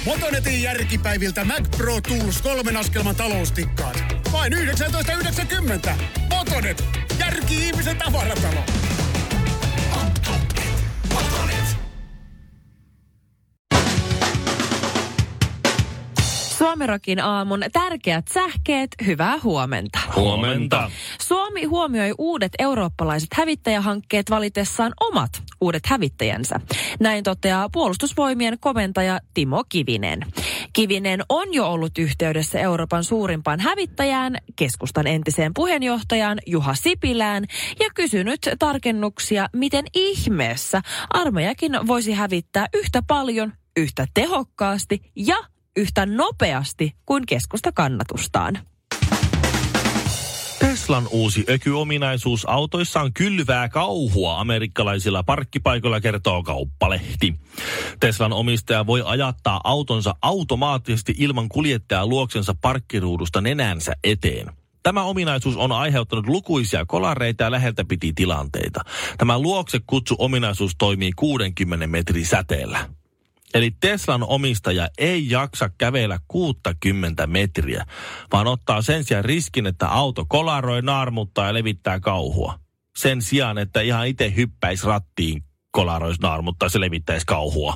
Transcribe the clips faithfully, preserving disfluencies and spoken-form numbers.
Motonetin järkipäiviltä Mac Pro Tools kolmen askelman taloustikkaat. Vain yhdeksäntoista yhdeksänkymmentä. Motonet. Järki ihmisen tavaratalo. Motonet. Suomirokin aamun tärkeät sähkeet, hyvää huomenta. Huomenta. Suomi huomioi uudet eurooppalaiset hävittäjähankkeet valitessaan omat uudet hävittäjänsä. Näin toteaa Puolustusvoimien komentaja Timo Kivinen. Kivinen on jo ollut yhteydessä Euroopan suurimpaan hävittäjään, keskustan entiseen puheenjohtajaan Juha Sipilään, ja kysynyt tarkennuksia, miten ihmeessä armeijakin voisi hävittää yhtä paljon, yhtä tehokkaasti ja yhtä nopeasti kuin keskusta kannatustaan. Teslan uusi ökyominaisuus autoissaan kylvää kauhua amerikkalaisilla parkkipaikoilla, kertoo Kauppalehti. Teslan omistaja voi ajattaa autonsa automaattisesti ilman kuljettajaa luoksensa parkkiruudusta nenänsä eteen. Tämä ominaisuus on aiheuttanut lukuisia kolareita ja läheltä piti tilanteita. Tämä luoksekutsu-ominaisuus toimii kuudenkymmenen metrin säteellä. Eli Teslan omistaja ei jaksa kävellä kuusikymmentä metriä, vaan ottaa sen sijaan riskin, että auto kolaroi, naarmuttaa ja levittää kauhua. Sen sijaan, että ihan itse hyppäisi rattiin, kolaroisi, naarmuttaisi ja levittäisi kauhua.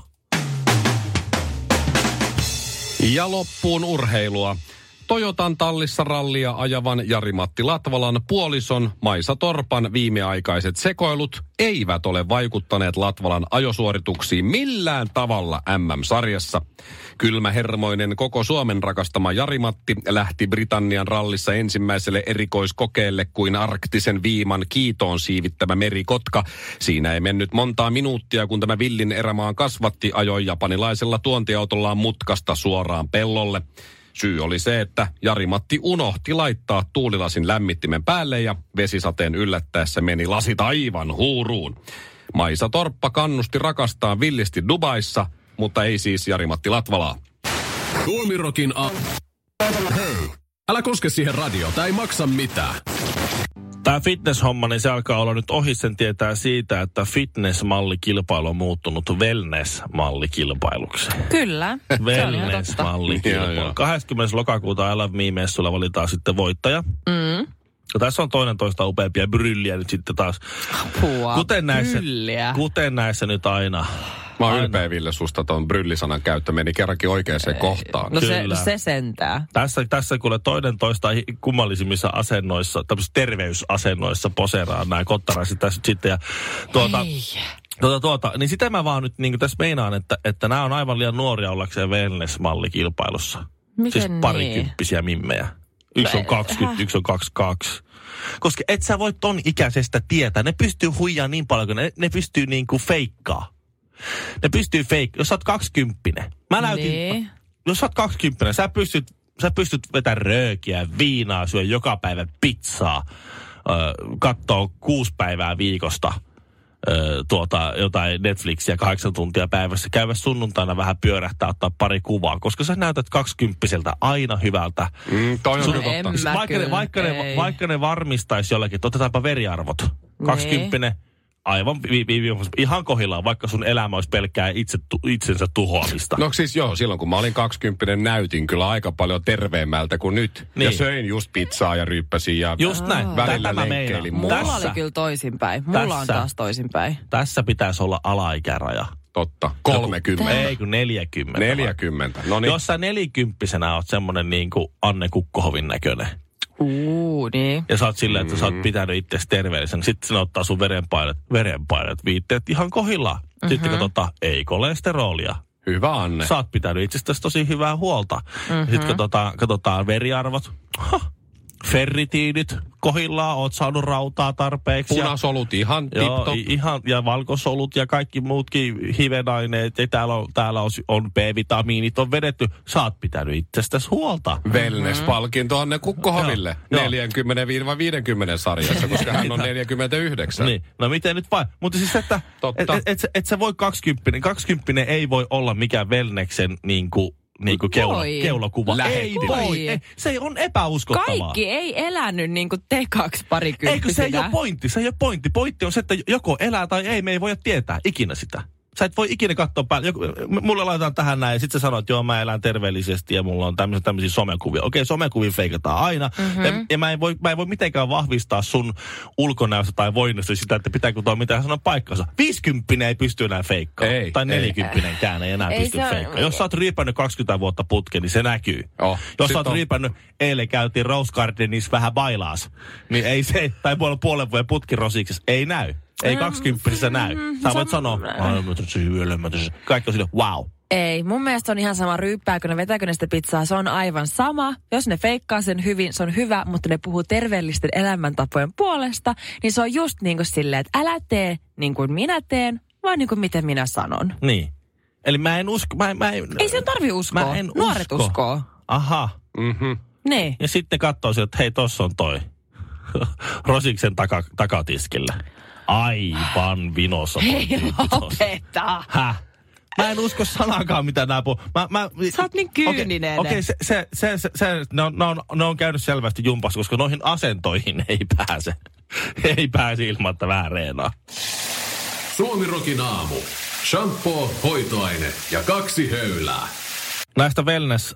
Ja loppuun urheilua. Toyotan tallissa rallia ajavan Jari-Matti Latvalan puolison Maisa Torpan viimeaikaiset sekoilut eivät ole vaikuttaneet Latvalan ajosuorituksiin millään tavalla M M-sarjassa. Kylmähermoinen koko Suomen rakastama Jari-Matti lähti Britannian rallissa ensimmäiselle erikoiskokeelle kuin arktisen viiman kiitoon siivittävä merikotka. Siinä ei mennyt montaa minuuttia, kun tämä villin erämaan kasvatti ajoi japanilaisella tuontiautollaan mutkasta suoraan pellolle. Syy oli se, että Jari-Matti unohti laittaa tuulilasin lämmittimen päälle ja vesisateen yllättäessä meni lasit aivan huuruun. Maisa Torppa kannusti rakastaa villisti Dubaissa, mutta ei siis Jari-Matti Latvalaa. Suomirokin a... Hei, älä koske siihen radiota, ei maksa mitään. Tämä fitness-homma, niin se alkaa olla nyt ohi, sen tietää siitä, että fitness-mallikilpailu on muuttunut wellness-mallikilpailuksi. Kyllä, Wellness-mallikilpailu. kahdeskymmenes lokakuuta I Love Me-messulla valitaan sitten voittaja. Mm. Ja tässä on toinen toista upeampia brylliä nyt sitten taas. Apua, kuten näissä, brylliä. kuten näissä nyt aina. Mä oon ylpeä, Ville, susta tuon bryllisanan käyttö meni kerrankin oikeaan kohtaan. No se, se sentää. Tässä, tässä kuule toinen toista kummallisimmissa asennoissa, tämmöisissä terveysasennoissa poseraa nämä kottaraiset tässä sitten. Ja tuota, tuota, tuota, niin sitä mä vaan nyt niin tässä meinaan, että, että nämä on aivan liian nuoria ollakseen wellness-mallikilpailussa. Miten siis niin? Parikymppisiä mimmejä. Yksi on kaksikymmentä, yksi on kaksikymmentäkaksi. Koska et sä voi ton ikäisestä tietää. Ne pystyy huijaa niin paljon, kun ne, ne pystyy niinku feikkaa. Ne pystyy feikkaa. Jos sä oot kaksikymppinen. Mä näytin, nee. Jos sä oot kaksikymppinen, sä pystyt, sä pystyt vetämään röökiä, viinaa, syö joka päivä pizzaa, äh, kattoo kuusi päivää viikosta äh, tuota, jotain Netflixiä kahdeksan tuntia päivässä, käydä sunnuntaina vähän pyörähtää, ottaa pari kuvaa, koska sä näytät kaksikymppiseltä aina hyvältä. Mm, toi on no totta. Vaikka ne, vaikka, ne, vaikka ne varmistaisi jollekin, että otetaanpa veriarvot. Kaksikymppinen. Aivan vi- vi- vi- ihan kohillaan, vaikka sun elämä olisi pelkkää itse, tu- itsensä tuhoamista. No siis joo, silloin kun mä olin kaksikymppinen, näytin kyllä aika paljon terveemmältä kuin nyt. Niin. Ja söin just pizzaa ja ryyppäsin ja just näin. Välillä lenkkeilin. Mulla Tässä. oli kyllä toisinpäin. Mulla Tässä. on taas toisinpäin. Tässä pitäisi olla alaikäraja. Totta. kolmekymmentä. Ei kun neljäkymmentä. neljäkymmentä. No niin. Jos sä nelikymppisenä oot semmonen niin kuin Anne Kukkohovin näköinen. Uu, niin. Ja sä oot silleen, että mm. sä oot pitänyt itseäsi terveellisen. Sitten se ottaa sun verenpainet, verenpainet viitteet ihan kohillaan. Mm-hmm. Sitten katsotaan, ei kolesterolia. Hyvä Anne. Sä oot pitänyt itsestäsi tosi hyvää huolta. Mm-hmm. Sitten katsotaan, katsotaan veriarvot. Ha, ferritiinit kohillaan, oot saanut rautaa tarpeeksi. Punasolut ihan tip-top. Ihan, ja valkosolut ja kaikki muutkin hivenaineet. Ja täällä on, täällä on, on B-vitamiinit on vedetty. Sä oot pitänyt itsestäsi huolta. Wellness-palkinto Anne Kukkohoville. neljäkymmentä viisikymmentä sarjassa, koska hän on neljäkymmentäyhdeksän. Niin, no miten nyt vain. Mutta siis, että et, et, et, et sä voi kaksikymppinen. kaksikymppinen ei voi olla mikään wellneksen niinku Niin kuin keula, keulakuva. Ei voi. Ei, se on epäuskottavaa. Kaikki ei elänyt niin kuin te kaksi parikymppisenä. Eikö se ei ole pointti? Se ei ole pointti. Pointti on se, että joko elää tai ei. Me ei voida tietää ikinä sitä. Sä et voi ikinä katsoa päälle. Joku, mulle laitetaan tähän näin ja sit sä sanot, että joo mä elän terveellisesti ja mulla on tämmöisiä, tämmöisiä somekuvia. Okei, somekuvia feikataan aina. Mm-hmm. Ja, ja mä, en voi, mä en voi mitenkään vahvistaa sun ulkonäöstä tai voinnasta sitä, että pitääkö tuo mitään sanoa paikkansa. Viisikymppinen ei pysty enää feikkaamaan. Tai nelikymppinen ei enää ei pysty feikkaamaan. Jos sä oot ryypännyt kaksikymmentä vuotta putkeen, niin se näkyy. Oh, Jos sä oot on... ryypännyt, eilen käytiin Rose Gardenissa vähän bailaas, niin ei se, tai puolen, puolen vuoden putkirosiksessa, ei näy. Ei kaksikymppisissä näy. Sä voit sanoa, kaikki on sille, wow. Ei, mun mielestä on ihan sama, ryyppääkö ne, vetääkö ne sitä pizzaa, se on aivan sama. Jos ne feikkaa sen hyvin, se on hyvä, mutta ne puhuu terveellisten elämäntapojen puolesta, niin se on just niin kuin silleen, että älä tee niin kuin minä teen, vaan niin kuin miten minä sanon. Niin. Eli mä en usko, mä, mä en... Ei sen tarvi uskoa. Mä en Nuoret usko. uskoo. Aha. Mm-hmm. Niin. Ja sitten katsoo sieltä, että hei, tossa on toi Rosiksen taka, takatiskillä. Aivan vinossa. Hei, lopeta. Häh? Mä en usko sanakaan, mitä nää puhuu. Mä, mä, Sä oot niin kyyninen. Okei, okay, se, se, se, se, se, ne, on, ne, on, ne on käynyt selvästi jumpassa, koska noihin asentoihin ei pääse. Ei pääse ilman, että vähän reenaa. Suomirokin aamu. Shampoo, hoitoaine ja kaksi höylää. Näistä wellness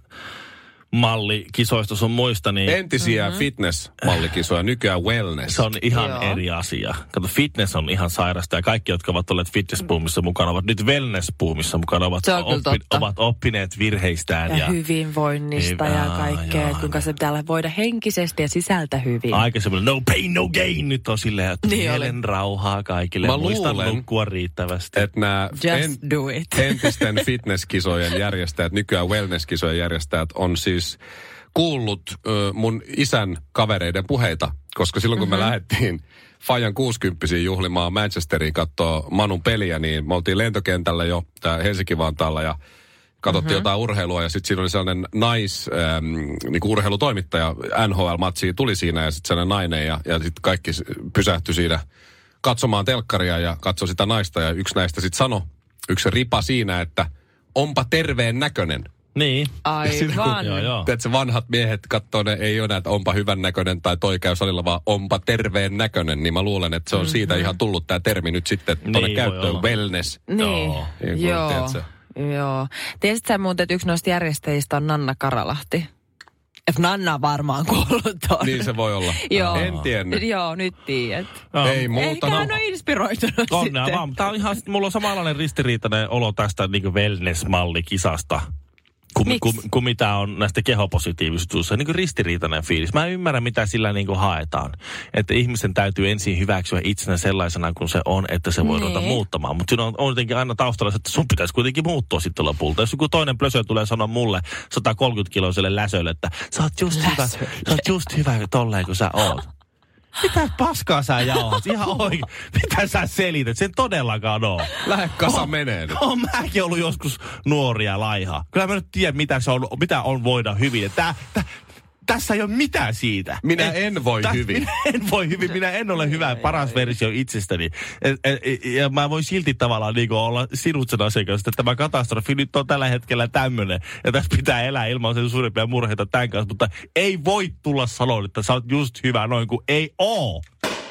mallikisoista sun muista, niin... Entisiä mm-hmm. fitness-mallikisoja, nykyään wellness. Se on ihan Joo. eri asia. Kato, fitness on ihan sairasta ja kaikki, jotka ovat olleet fitness-boomissa mukana, ovat nyt wellness-boomissa mukana, ovat, oppi, ovat oppineet virheistään. Ja, ja hyvinvoinnista niin, ja kaikkea, joo, kuinka se pitää voida henkisesti ja sisältä hyvin. Aikaisemmin, no pain, no gain, nyt on silleen, että niin mielen rauhaa kaikille. Mä muistan luulen, nukkua riittävästi. Että nämä en, do it. entisten fitnesskisojen järjestäjät, nykyään wellness-kisojen järjestäjät on siis kuullut ö, mun isän kavereiden puheita, koska silloin kun mm-hmm. me lähdettiin Fajan kuusikymppisiin juhlimaan Manchesteriin katsoa Manun peliä, niin me oltiin lentokentällä jo tää Helsinki-Vantaalla ja katsottiin mm-hmm. jotain urheilua ja sitten siinä oli sellainen nais, ähm, niinku urheilutoimittaja, N H L-matsia tuli siinä ja sitten sellainen nainen ja, ja sitten kaikki pysähtyi siinä katsomaan telkkaria ja katsoi sitä naista ja yksi näistä sitten sanoi, yksi ripa siinä, että onpa terveen näköinen. Niin. Aivan. Joo, joo. Että vanhat miehet katsoo, ne ei ole näitä, onpa hyvän näköinen tai toi käy salilla, vaan onpa terveen näköinen. Niin mä luulen, että se on mm-hmm. siitä ihan tullut tämä termi nyt sitten tuonne niin, käyttöön, wellness. Niin, joo. Niin, joo. joo. Tiesitkö sä muuten, että yksi noista järjestäjistä on Nanna Karalahti? Että Nanna on varmaan kuullut tuon. Niin se voi olla. Joo. En tiennyt. Joo, nyt tiedät. No. Ei muuta. Ehkä hän no. on inspiroitunut on, sitten. Vaan, tää on ihan, mulla on samanlainen ristiriitainen olo tästä niin wellness-mallikisasta. Kun, kun, kun mitä on näistä kehopositiivisuudessa, niin kuin ristiriitainen fiilis. Mä en ymmärrä, mitä sillä niin kuin haetaan. Että ihmisen täytyy ensin hyväksyä itsenä sellaisena kuin se on, että se voi ruveta muuttamaan. Mutta siinä on, on jotenkin aina taustalla, että sun pitäisi kuitenkin muuttua sitten lopulta. Jos joku toinen plösö tulee sanoa mulle sata kolmekymmentä kiloiselle läsölle, että sä oot just hyvä, sä oot just hyvä tolleen kuin sä oot. Mitä paskaa sä jauhat? Ihan oikein. Mitä sä selität? Sen todellakaan oo. Lähde kasa menee nyt. Oon mäkin ollut joskus nuoria laiha. Kyllä mä nyt tiedän, mitä, se on, mitä on voida hyvin. Tää, tää, tässä ei ole mitään siitä. Minä en, en voi täs, hyvin. Minä en voi hyvin. Minä en ole hyvä paras versio itsestäni. Et, et, et, ja mä voin silti tavallaan niin olla sinut sen asiakas, että tämä katastrofi nyt on tällä hetkellä tämmöinen. Ja tässä pitää elää ilman sen suurempia murheita tämän kanssa. Mutta ei voi tulla sanoa, että sä oot just hyvä noin kuin ei oo.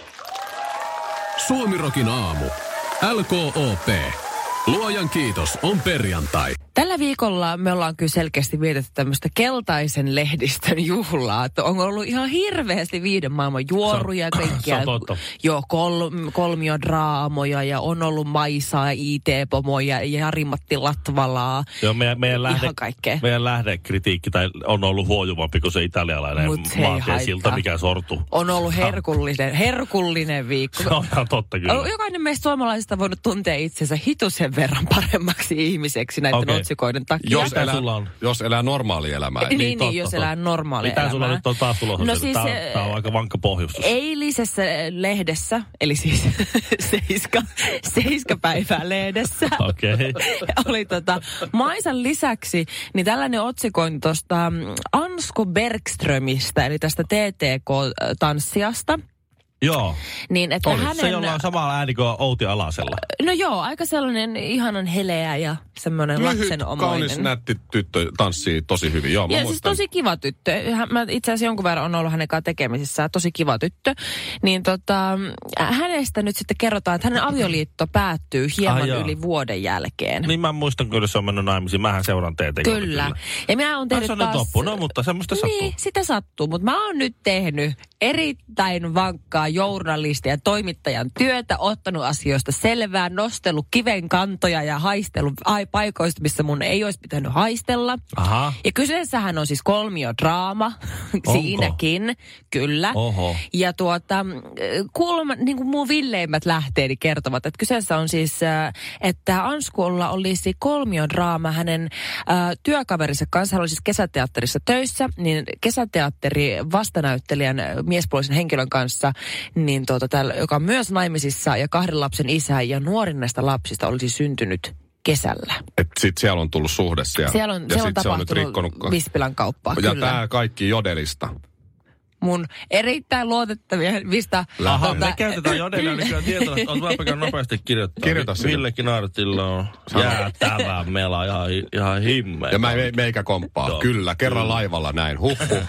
Suomirokin aamu. L K O P. Luojan kiitos, on perjantai. Tällä viikolla me ollaan kyllä selkeästi vietetty tämmöistä keltaisen lehdistön juhlaa. Että on ollut ihan hirveästi viiden maailman juoruja ja kaikkia. Se on totta. Joo, kol, kolmiodraamoja ja on ollut Maisaa ja I T-pomoja ja Jari-Matti Latvalaa. Joo, meidän, meidän, lähde, meidän lähdekritiikki tai on ollut huojuvampi kuin se italialainen maantiesilta, mikä sortuu. On ollut herkullinen, herkullinen viikko. Se on ihan totta kyllä. Jokainen meistä suomalaisista voinut tuntea itsensä hitusen verran paremmaksi ihmiseksi näiden okay. otsikoiden takia. Jos elää, jos elää normaalia elämää. Niin, niin, niin niin jos elää normaalia elämää. Mitä sulla nyt on taas tulossa? No siis, tämä, tämä on aika vankka pohjustus. Eilisessä lehdessä, eli siis seiska, seiska päivää lehdessä, okay. oli tota, Maisan lisäksi niin tällainen otsikointi tuosta Ansko Bergströmistä, eli tästä T T K-tanssijasta. Joo. Niin, että Oli. hänen... Se, jolla on sama ääni kuin Outi Alasella. No joo, aika sellainen ihanan heleä ja semmoinen lapsenomainen. Lyhyt, kaunis, nätti tyttö tanssii tosi hyvin. Joo, mä ja muistan. siis tosi kiva tyttö. Mä itse asiassa jonkun verran on ollut hänen kanssa tekemisissä. Tosi kiva tyttö. Niin tota, hänestä nyt sitten kerrotaan, että hänen avioliitto päättyy hieman ah, yli vuoden jälkeen. Niin mä muistan kyllä, se on mennyt naimisiin. Mähän seuraan teitä. Kyllä. kyllä. Ja minä oon tehnyt taas... taas... Se on nyt loppu, no mutta semmoista niin, sattuu. Niin, sitä sattuu. Mutta mä oon nyt tehnyt erittäin vankkaa journalistia ja toimittajan työtä, ottanut asioista selvää, nostellut kiven kantoja ja haistellut ai, paikoista, missä mun ei olisi pitänyt haistella. Aha. Ja kyseessähän on siis kolmiodraama, siinäkin, kyllä. Oho. Ja tuota, kuulemma, niin kuin mun villeimmät lähteeni kertovat, että kyseessä on siis, että Anskulla olisi kolmiodraama hänen äh, työkaverinsa kanssa. Hän oli siis kesäteatterissa töissä, niin kesäteatteri vastanäyttelijän miespuolisen henkilön kanssa, niin tuota, täällä, joka on myös naimisissa ja kahden lapsen isä ja nuorin näistä lapsista olisi syntynyt kesällä. Että sit siellä on tullut suhde siellä. Siellä on, ja siellä on sit se tapahtunut on nyt rikkonut... Vispilän kauppaa, ja kyllä. tää kaikki jodelista. Mun erittäin luotettavista... Aha, tuota, me käytetään jodelia, niin kyllä tietoa, että on vaikka nopeasti kirjoittaa. Kirjoita sinne. Ville Kinaartilla on jäätävä mela, ihan, ihan himmeä. Ja mä me, meikä komppaa. Joo. Kyllä, kerran kyllä. Laivalla näin. Huhhuh.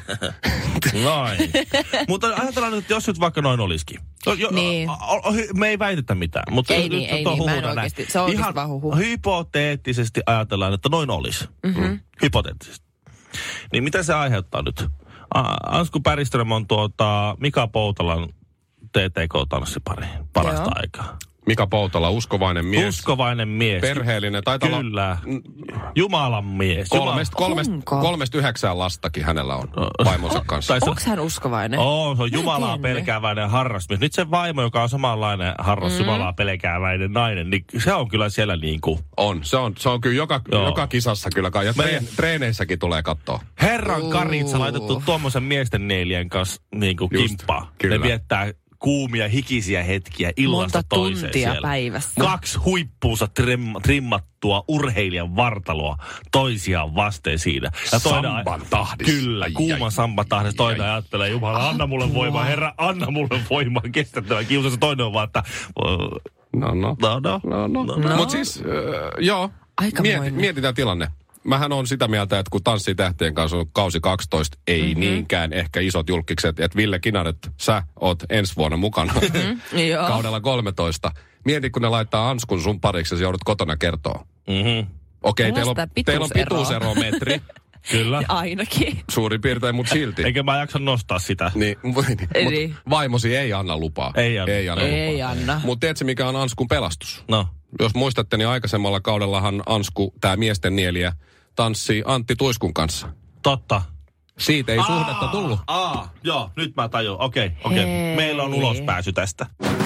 Noin. Mutta ajatellaan nyt, että jos nyt vaikka noin olisikin. Jo, niin. o, o, me ei väitetä mitään. Mutta ei niin, ei niin. Mä en oikeasti. Se on oikeasti vaan huhu. Hypoteettisesti ajatellaan, että noin olisi. Mm-hmm. Hypoteettisesti. Niin mitä se aiheuttaa nyt? Ansku Päriström on tuota Mika Poutalan T T K-tanssipari parasta Joo. aikaa. Mika Poutala, uskovainen mies. Uskovainen mies. Perheellinen. Taitaa Kyllä. Olla... Jumalan mies. Kolmesta, kolmesta, kolmesta yhdeksään lastakin hänellä on vaimonsa kanssa. O, Onko hän uskovainen? Oo, se on Jumalaa pelkääväinen harrasmies. Nyt se vaimo, joka on samanlainen harras, mm. Jumalaa pelkääväinen nainen, niin se on kyllä siellä niin kuin... On, se on, se on kyllä joka, joka kisassa kyllä. Ja treen, treeneissäkin tulee katsoa. Herran karitsa laitettu tuommoisen miesten neljän kanssa niin kuin kimppaa. Kyllä. Ne viettää... kuumia, hikisiä hetkiä illasta Monta toiseen tuntia siellä. Päivässä. Kaksi huippuunsa trim, trimmattua urheilijan vartaloa toisiaan vasten siinä. Ja toinen, samban tahdissa. Kyllä, kuuman samban tahdissa. Toinen ai, ajattelee, Jumala, anna mulle voimaa, Herra, anna mulle voimaa, kestettävän kiusassa. Toinen on vaan, että... No, no. No, no. no, no. no. no. Mutta siis, äh, joo, Mieti, mietitään tilanne. Mähän on sitä mieltä, että kun Tanssii tähtien kanssa on kausi kaksitoista, ei mm-hmm. niinkään ehkä isot julkikset, että Ville Kinaret, sä oot ensi vuonna mukana mm-hmm. kaudella kolmetoista. Mieti, kun ne laittaa Anskun sun pariksi ja sä joudut kotona kertoa. Mm-hmm. Okei, okay, teillä, teillä on pituusero metri. Kyllä. Ainakin. Suurin piirtein, mutta silti. Eikä mä jaksa nostaa sitä. Niin, mutta vaimosi ei anna lupaa. Ei anna. Ei anna. Ei anna. Mutta tiedätkö, mikä on Anskun pelastus? No. Jos muistatte, niin aikaisemmalla kaudellahan Ansku, tää miesten nieliä, tanssii Antti Tuiskun kanssa. Totta. Siitä ei aa, suhdetta tullut. Aa, joo, nyt mä tajun. Okei, okay, okei. Okay. Meillä on ulospääsy tästä.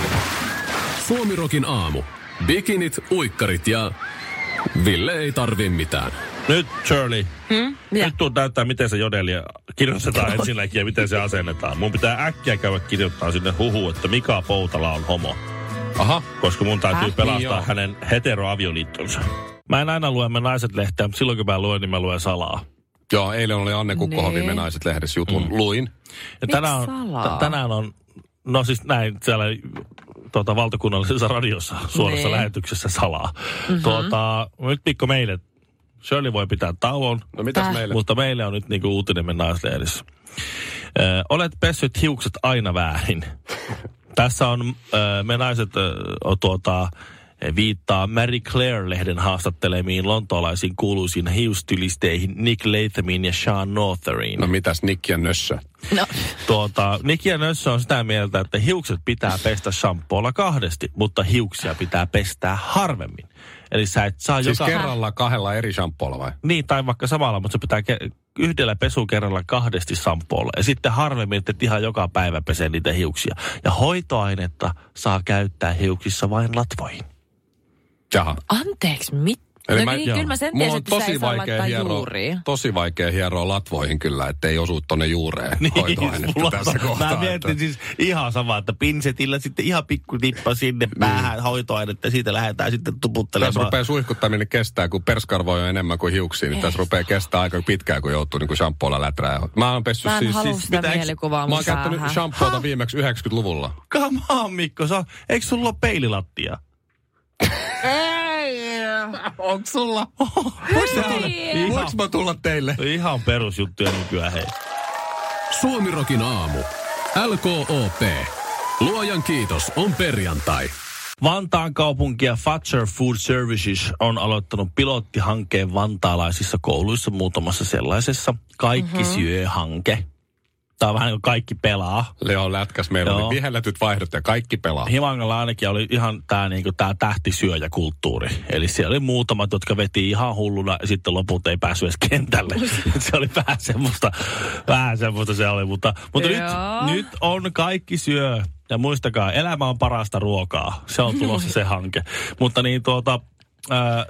Suomirokin aamu. Bikinit, uikkarit ja Ville ei tarvi mitään. Nyt, Shirley. Hmm? Nyt tuun näyttää, miten se jodelia kirjoitetaan ensinnäkin ja miten se asennetaan. Mun pitää äkkiä käydä kirjoittaa sinne huhuun, että Mika Poutala on homo. Aha. Koska mun täytyy äh, pelastaa niin hänen heteroavioliittonsa. Mä en aina lue me naiset-lehteä, mutta silloin kun mä luen, niin mä luen salaa. Joo, eilen oli Anne Kukkohovi me naiset-lehdessä jutun. Mm. Luin. Ja tänään on, t- tänään on, no siis näin siellä tuota, valtakunnallisessa radiossa suorassa nee. lähetyksessä salaa. Mm-hmm. Tuota, nyt Mikko meille, Shirley voi pitää tauon. No mitäs äh. meille? Mutta meille on nyt niinku uutinen me naislehdessä. Ö, olet pessyt hiukset aina väärin. Tässä on ö, me naiset ö, tuota... viittaa Marie Claire-lehden haastattelemiin lontoolaisiin kuuluisiin hiustylisteihin Nick Lathamiin ja Sean Northeriin. No mitäs Nick ja Nössö? No. Tuota, Nick ja Nössö on sitä mieltä, että hiukset pitää pestä shampoolla kahdesti, mutta hiuksia pitää pestää harvemmin. Eli sä et saa siis joka... kerralla kahdella eri shampoolla vai? Niin, tai vaikka samalla, mutta se pitää ke- yhdellä pesukerralla kahdesti shampoolla. Ja sitten harvemmin, että ihan joka päivä pesee niitä hiuksia. Ja hoitoainetta saa käyttää hiuksissa vain latvoihin. Jaha. Anteeksi, mit? Eli No mä, niin, kyllä mä sen tiesin, että sä ei saa laittaa juuria. tosi vaikea hieroa latvoihin kyllä, ettei osu tonne juureen Niin, hoitoainetta mulla tässä on- kohtaa. Mä mietin että- siis ihan samaa, että pinsetillä sitten ihan pikku tippa sinne päähän hoitoainetta ja siitä lähdetään sitten Tässä tuputtelemaan. rupeaa suihkuttaminen kestää, kun perskarvoja on enemmän kuin hiuksia, niin tässä rupeaa kestää aika pitkään, kun joutuu niin kuin shampoolla läträä. Mä oon pessy Mä en siis... halua siis sitä mitä, eikö- mielikuvaa mä mun oon käyttänyt päähän. shampoota viimeksi yhdeksänkymmentäluvulla. Come on, Mikko, sä, eikö sulla ole peililattia? Onko sulla? Hyi. Voinko mä tulla teille? Ihan perusjuttuja nykyään, hei. Suomirokin aamu. L K O P. Luojan kiitos, on perjantai. Vantaan kaupunki ja Fatcher Food Services on aloittanut pilottihankkeen vantaalaisissa kouluissa, muutamassa sellaisessa. Kaikki mm-hmm. syö-hanke. Tämä on vähän niin kuin kaikki pelaa. Leo lätkäs, meillä Joo. oli vihelletyt vaihdot ja kaikki pelaa. Himangalla ainakin oli ihan tämä niinku, tää tähtisyöjäkulttuuri. Eli siellä oli muutamat, jotka veti ihan hulluna ja sitten lopulta ei päässyt edes kentälle. Se oli vähän semmoista, vähän semmoista se oli. Mutta, mutta nyt, nyt on kaikki syö. Ja muistakaa, elämä on parasta ruokaa. Se on tulossa se hanke. Mutta niin tuota, ää, ää,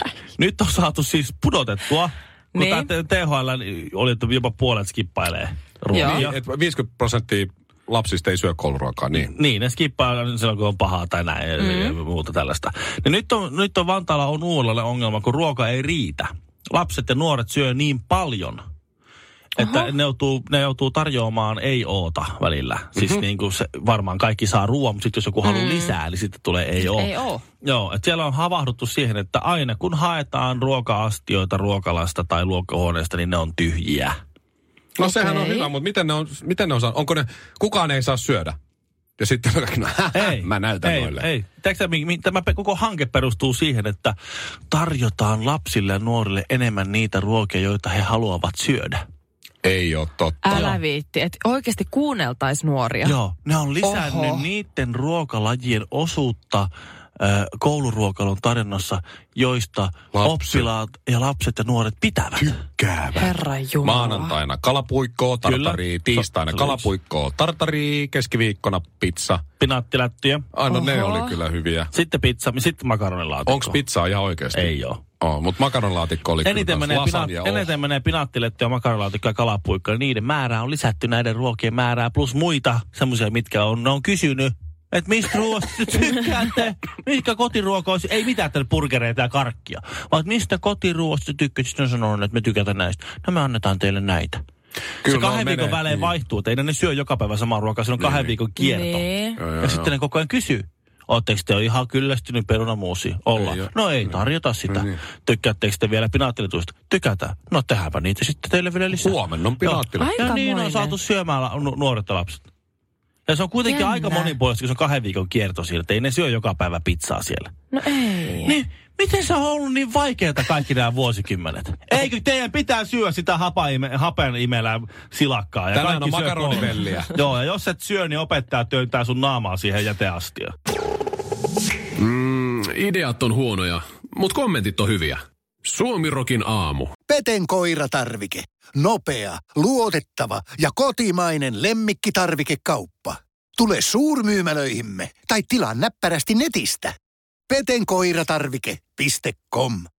nyt on saatu siis pudotettua. Kun Niin. tämä T H L oli, että jopa puolet skippailee ruokia. Niin, et viisikymmentä prosenttia lapsista ei syö kouluruokaa, niin. Niin, ne skippaa silloin, kun on pahaa tai näin mm. ja muuta tällaista. Ja nyt on, nyt on Vantaalla on uudelleen ongelma, kun ruoka ei riitä. Lapset ja nuoret syö niin paljon, että ne joutuu, ne joutuu tarjoamaan ei-oota välillä. Siis mm-hmm. niin kuin se, varmaan kaikki saa ruoan, mutta sitten jos joku haluaa mm. lisää, niin sitten tulee ei-oo. Ei oo. Joo, että siellä on havahduttu siihen, että aina kun haetaan ruoka-astioita ruokalasta tai ruokahuoneesta, niin ne on tyhjiä. No sehän on Okei. hyvä, mutta miten ne on, miten ne on saa, onko ne, kukaan ei saa syödä? Ja sitten no, Ei, mä näytän ei, noille. Ei, Tiedätkö, mi- mi- tämä pe- koko hanke perustuu siihen, että tarjotaan lapsille ja nuorille enemmän niitä ruokia, joita he haluavat syödä. Ei ole totta. Älä viitti, että oikeasti kuunneltais nuoria. Joo, ne on lisännyt Oho. niiden ruokalajien osuutta ö, kouluruokailun tarjonnassa, joista Lapset. oppilaat ja lapset ja nuoret pitävät. Tykkäävät. Herra Jumala. Maanantaina kalapuikkoa, tartaria, Kyllä. tiistaina Se- kalapuikkoa, tartaria, keskiviikkona pizza. Pinaattilättyjä, Aina ne Oho. oli kyllä hyviä. sitten pizza, sitten makaronilaatikko. Onko pizzaa ihan oikeasti? Ei oo. Oh, mutta makaronilaatikko oli Eniten kyllä menee, kans pina- lasagne. eniten menee pinaattilettyä, makaronilaatikkoa ja kalapuikkoa. Niiden määrää on lisätty, näiden ruokien määrää, plus muita semmoisia, mitkä on, ne on kysynyt, että mistä ruoasta te tykkäätte, mikä kotiruoka olisi, ei mitään tälle burgereita ja karkkia, vaan mistä kotiruoasta te tykkäätte, sitten on sanonut, että me tykätään näistä. No me annetaan teille näitä. Kyllä se kahden no, viikon menee, välein niin. vaihtuu, että ei ne syö joka päivä samaa ruokaa, se on kahden viikon kierto. Niin. Joo, joo, Ja sitten joo. ne koko ajan kysyy. Ootteko te ihan kyllästynyt perunamuusi? Olla. Ei oo. No ei tarjota sitä. No niin. Tykkäättekö te vielä pinaattiletuista? Tykätään. No tehdäänpä niitä sitten teille vielä lisää. Huomenna on pinaattilettu. Ja niin on Aikamoinen. saatu syömään la- nu- nuoret ja lapset. Ja se on kuitenkin Jännä. aika monipuolista, kun se on kahden viikon kierto siellä, että ei ne syö joka päivä pizzaa siellä. No ei. Niin, miten se on ollut niin vaikeaa kaikki nämä vuosikymmenet? Eikö teidän pitää syödä sitä hapaime, hapen imelää silakkaa? Ja Tänään kaikki on syö makaronivelliä. kolme. Joo, ja jos et syö, niin opettaja työntää sun naamaa siihen jäteastiaan. Mm, ideat on huonoja, mutta kommentit on hyviä. Suomirokin aamu. Peten koiratarvike. Nopea, luotettava ja kotimainen lemmikkitarvikekauppa. Tule suurmyymälöihimme tai tilaa näppärästi netistä. peten koiratarvike piste com